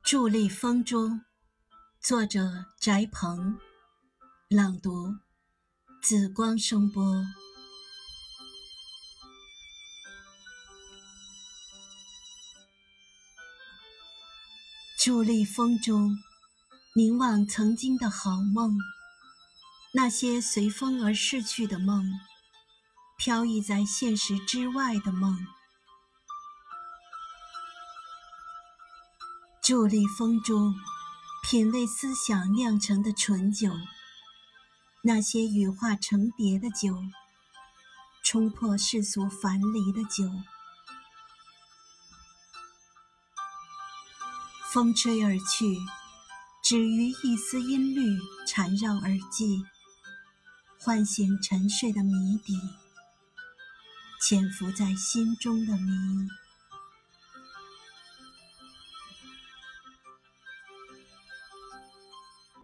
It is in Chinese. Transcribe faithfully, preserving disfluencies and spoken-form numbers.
伫立风中，作者翟鹏，朗读紫光声波。伫立风中，凝望曾经的好梦，那些随风而逝去的梦，飘逸在现实之外的梦。伫立风中，品味思想酿成的醇酒，那些羽化成蝶的酒，冲破世俗樊篱的酒。风吹而去，只余一丝音律缠绕耳际，唤醒沉睡的谜底，潜伏在心中的谜。